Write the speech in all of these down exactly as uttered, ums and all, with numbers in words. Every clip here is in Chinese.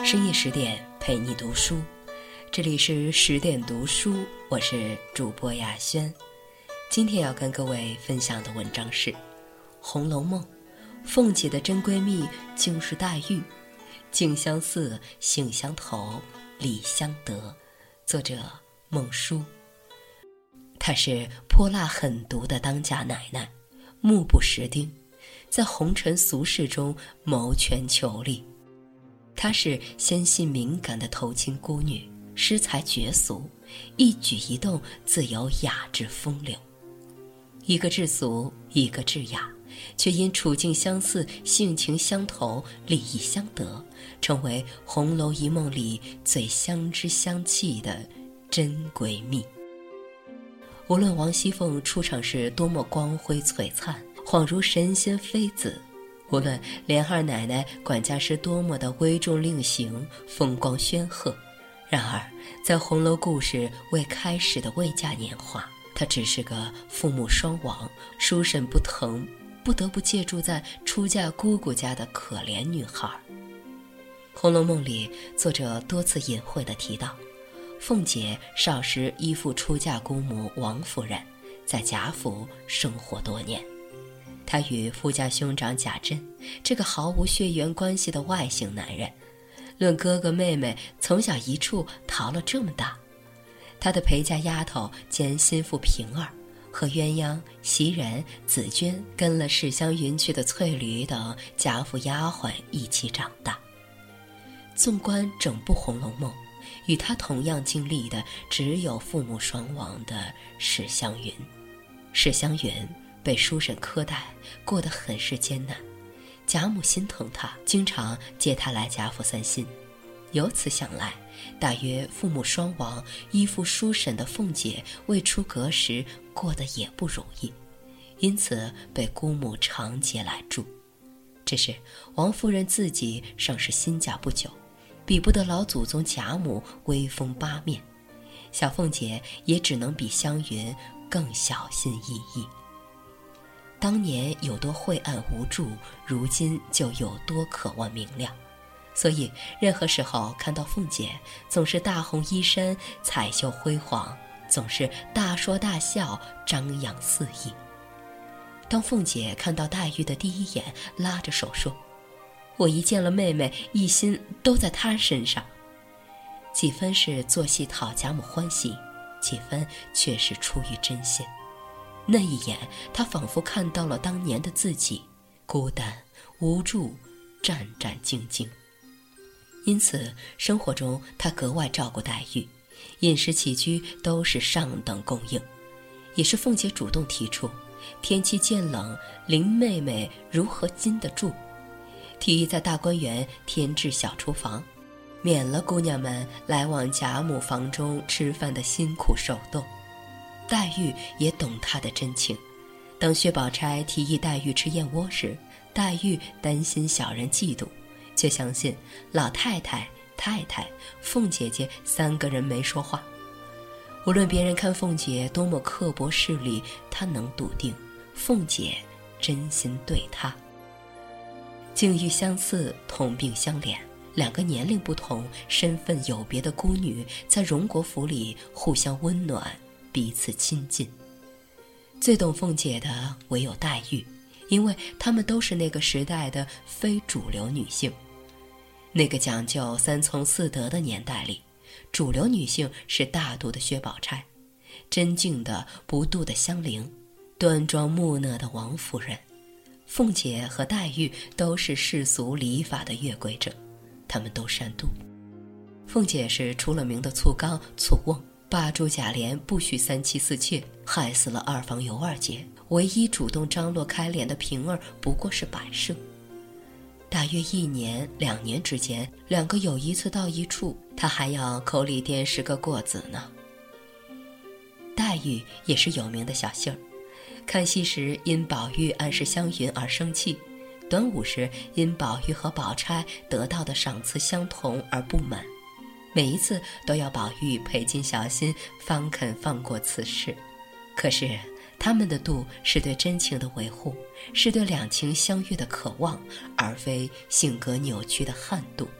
深夜十点陪你读书，这里是十点读书，我是主播雅轩。今天要跟各位分享的文章是《红楼梦》，凤姐的真闺蜜竟是黛玉，静相似，性相投，理相得。作者孟书。她是泼辣狠毒的当家奶奶，目不识丁，在红尘俗世中谋权求利。她是纤细敏感的投亲孤女，诗才绝俗，一举一动自有雅致风流。一个至俗，一个至雅，却因处境相似，性情相投，利益相得，成为《红楼一梦》里最相知相契的真闺蜜。无论王熙凤出场时多么光辉璀璨，恍如神仙妃子，无论莲二奶奶管家时多么的威重令行，风光煊赫，然而在红楼故事未开始的未嫁年华，她只是个父母双亡，叔婶不疼，不得不借住在出嫁姑姑家的可怜女孩。《红楼梦》里作者多次隐晦地提到，凤姐少时依附出嫁姑母王夫人，在贾府生活多年。她与夫家兄长贾珍这个毫无血缘关系的外姓男人，论哥哥妹妹，从小一处逃了这么大。她的陪嫁丫头兼心腹平儿，和鸳鸯、袭人、紫鹃跟了史湘云去的翠缕等贾府丫鬟一起长大。纵观整部《红楼梦》，与她同样经历的只有父母双亡的史湘云。史湘云被叔婶苛待，过得很是艰难，贾母心疼她，经常接她来贾府散心。由此想来，大约父母双亡，依附叔婶的凤姐未出阁时过得也不容易，因此被姑母常接来住。只是王夫人自己尚是新嫁不久，比不得老祖宗贾母威风八面，小凤姐也只能比湘云更小心翼翼。当年有多晦暗无助，如今就有多渴望明亮。所以任何时候看到凤姐，总是大红衣衫，彩绣辉煌，总是大说大笑，张扬肆意。当凤姐看到黛玉的第一眼，拉着手说：“我一见了妹妹，一心都在她身上。”几分是做戏讨贾母欢喜，几分却是出于真心。那一眼，她仿佛看到了当年的自己，孤单无助，战战兢兢。因此生活中她格外照顾黛玉，饮食起居都是上等供应。也是凤姐主动提出，天气渐冷，林妹妹如何禁得住，提议在大观园添置小厨房，免了姑娘们来往贾母房中吃饭的辛苦受冻。黛玉也懂她的真情，当薛宝钗提议黛玉吃燕窝时，黛玉担心小人嫉妒，却相信老太太、太太、凤姐姐三个人没说话。无论别人看凤姐多么刻薄势利，她能笃定凤姐真心对她。境遇相似，同病相怜，两个年龄不同、身份有别的孤女，在荣国府里互相温暖，彼此亲近。最懂凤姐的唯有黛玉，因为她们都是那个时代的非主流女性。那个讲究三从四德的年代里，主流女性是大度的薛宝钗，真静的不妒的香菱，端庄木讷的王夫人。凤姐和黛玉都是世俗礼法的越轨者，她们都善妒。凤姐是出了名的粗刚粗瓮，霸住贾琏不许三妻四妾，害死了二房尤二姐。唯一主动张罗开脸的平儿不过是摆设。大约一年两年之间，两个有一次到一处，她还要口里垫十个过子呢。黛玉也是有名的小性儿，看戏时因宝玉暗示湘云而生气，端午时因宝玉和宝钗得到的赏赐相同而不满，每一次都要宝玉赔尽小心方肯放过此事。可是他们的度是对真情的维护，是对两情相悦的渴望，而非性格扭曲的悍度。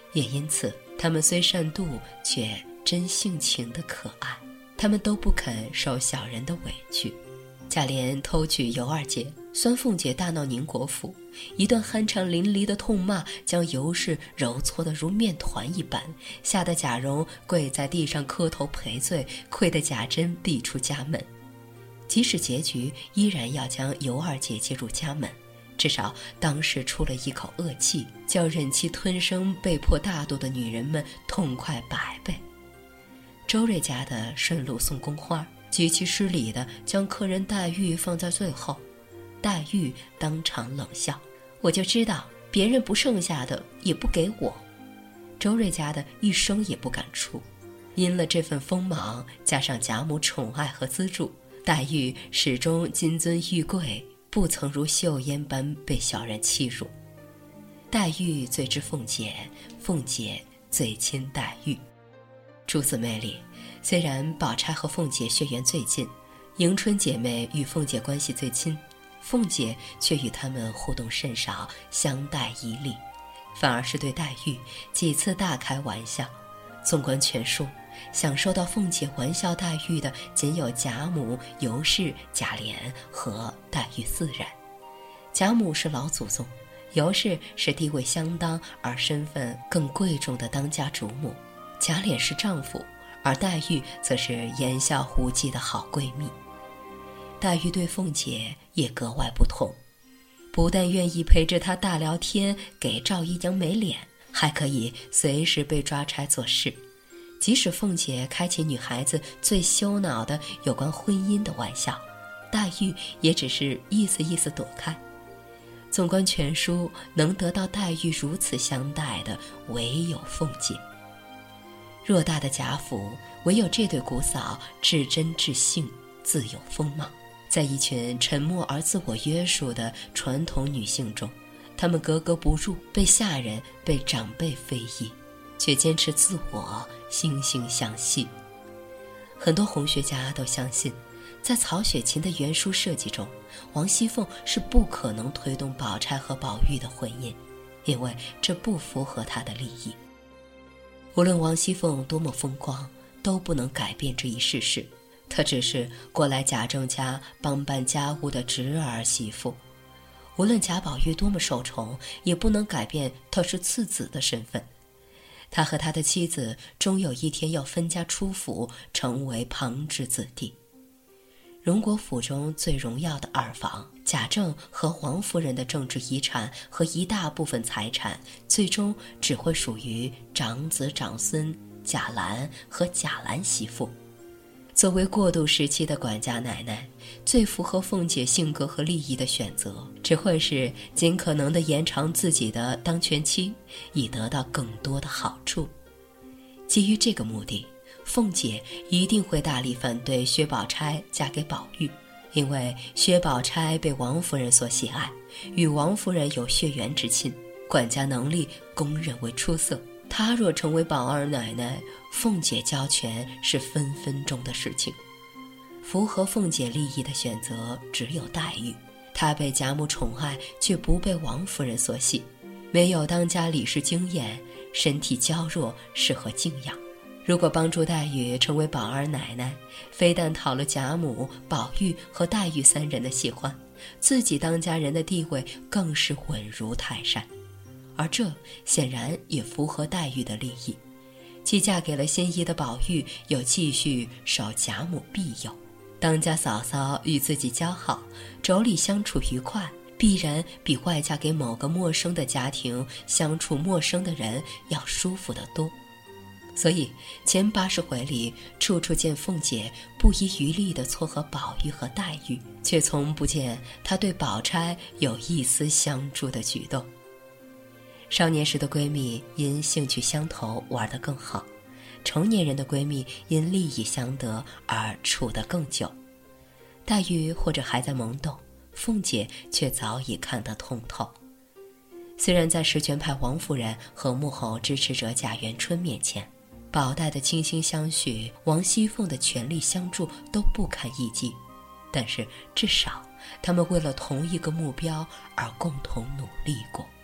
也因此他们虽善妒，却真性情的可爱。他们都不肯受小人的委屈。贾琏偷娶尤二姐，酸凤姐大闹宁国府，一顿酣畅淋漓的痛骂，将尤氏揉搓得如面团一般，吓得贾蓉跪在地上磕头赔罪，愧得贾珍逼出家门。即使结局依然要将尤二姐接入家门，至少当时出了一口恶气，叫忍气吞声被迫大度的女人们痛快百倍。周瑞家的顺路送宫花，极其失礼地将客人黛玉放在最后。黛玉当场冷笑：“我就知道别人不剩下的也不给我。”周瑞家的一声也不敢出。因了这份锋芒，加上贾母宠爱和资助，黛玉始终金尊玉贵，不曾如秀烟般被小人欺辱。黛玉最知凤姐，凤姐最亲黛玉。诸姊妹里，虽然宝钗和凤姐血缘最近，迎春姐妹与凤姐关系最亲，凤姐却与她们互动甚少，相待以礼，反而是对黛玉几次大开玩笑。纵观全书，享受到凤姐玩笑黛玉的仅有贾母、尤氏、贾琏和黛玉四人。贾母是老祖宗，尤氏是地位相当而身份更贵重的当家主母，贾琏是丈夫，而黛玉则是言笑胡记的好闺蜜。黛玉对凤姐也格外不同，不但愿意陪着她大聊天，给赵姨娘没脸，还可以随时被抓差做事。即使凤姐开启女孩子最羞恼的有关婚姻的玩笑，黛玉也只是意思意思躲开。纵观全书，能得到黛玉如此相待的唯有凤姐。偌大的贾府，唯有这对姑嫂至真至性，自有锋芒。在一群沉默而自我约束的传统女性中，她们格格不入，被下人、被长辈非议，却坚持自我，惺惺相惜。很多红学家都相信，在曹雪芹的原书设计中，王熙凤是不可能推动宝钗和宝玉的婚姻，因为这不符合她的利益。无论王熙凤多么风光，都不能改变这一事实。她只是过来贾政家帮办家务的侄儿媳妇。无论贾宝玉多么受宠，也不能改变他是次子的身份。他和他的妻子终有一天要分家出府，成为旁支子弟。荣国府中最荣耀的二房，贾政和王夫人的政治遗产和一大部分财产，最终只会属于长子长孙贾兰和贾兰媳妇。作为过渡时期的管家奶奶，最符合凤姐性格和利益的选择，只会是尽可能地延长自己的当权期，以得到更多的好处。基于这个目的，凤姐一定会大力反对薛宝钗嫁给宝玉，因为薛宝钗被王夫人所喜爱，与王夫人有血缘之亲，管家能力公认为出色。她若成为宝二奶奶，凤姐交权是分分钟的事情。符合凤姐利益的选择只有黛玉，她被贾母宠爱，却不被王夫人所喜，没有当家理事经验，身体娇弱，适合静养。如果帮助黛玉成为宝二奶奶，非但讨了贾母、宝玉和黛玉三人的喜欢，自己当家人的地位更是稳如泰山。而这显然也符合黛玉的利益，既嫁给了心仪的宝玉，又继续受贾母庇佑。当家嫂嫂与自己交好，妯娌相处愉快，必然比外嫁给某个陌生的家庭，相处陌生的人要舒服得多。所以前八十回里，处处见凤姐不遗余力地撮合宝玉和黛玉，却从不见她对宝钗有一丝相助的举动。少年时的闺蜜因兴趣相投玩得更好，成年人的闺蜜因利益相得而处得更久。黛玉或者还在懵懂，凤姐却早已看得通透。虽然在实权派王夫人和幕后支持者贾元春面前，宝黛的倾心相许，王熙凤的全力相助都不堪一击，但是至少他们为了同一个目标而共同努力过。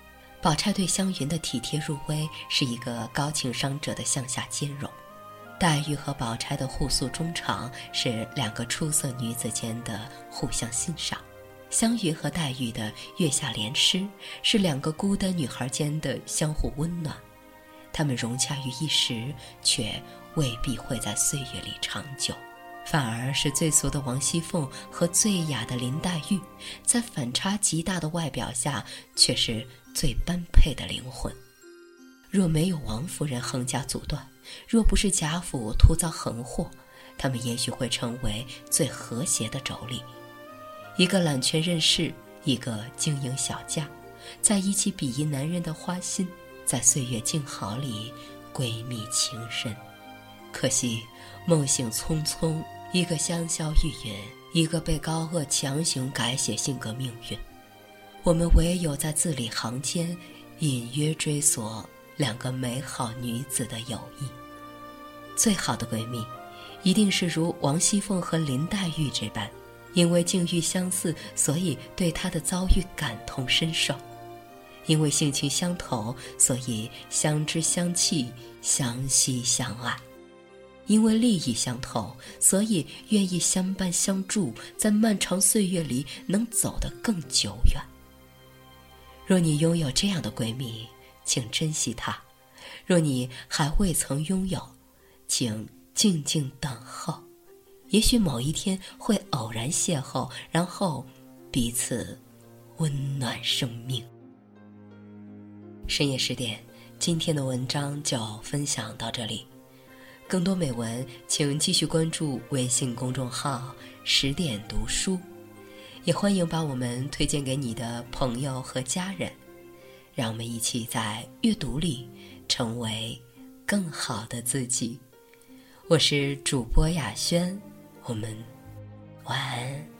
宝钗对湘云的体贴入微是一个高情商者的向下兼容，黛玉和宝钗的互诉衷肠是两个出色女子间的互相欣赏，湘云和黛玉的月下联诗是两个孤单女孩间的相互温暖，她们融洽于一时，却未必会在岁月里长久。反而是最俗的王熙凤和最雅的林黛玉，在反差极大的外表下，却是最般配的灵魂。若没有王夫人横加阻断，若不是贾府突遭横祸，他们也许会成为最和谐的妯娌。一个揽权任势，一个经营小家，在一起鄙夷男人的花心，在岁月静好里闺蜜情深。可惜梦醒匆匆，一个香消玉殒，一个被高鹗强行改写性格命运。我们唯有在字里行间隐约追索两个美好女子的友谊。最好的闺蜜一定是如王熙凤和林黛玉这般，因为境遇相似，所以对她的遭遇感同身受，因为性情相投，所以相知相契，相惜相爱，因为利益相投，所以愿意相伴相助，在漫长岁月里能走得更久远。若你拥有这样的闺蜜，请珍惜她；若你还未曾拥有，请静静等候，也许某一天会偶然邂逅，然后彼此温暖生命。深夜十点，今天的文章就分享到这里。更多美文请继续关注微信公众号十点读书，也欢迎把我们推荐给你的朋友和家人，让我们一起在阅读里成为更好的自己。我是主播雅轩，我们晚安。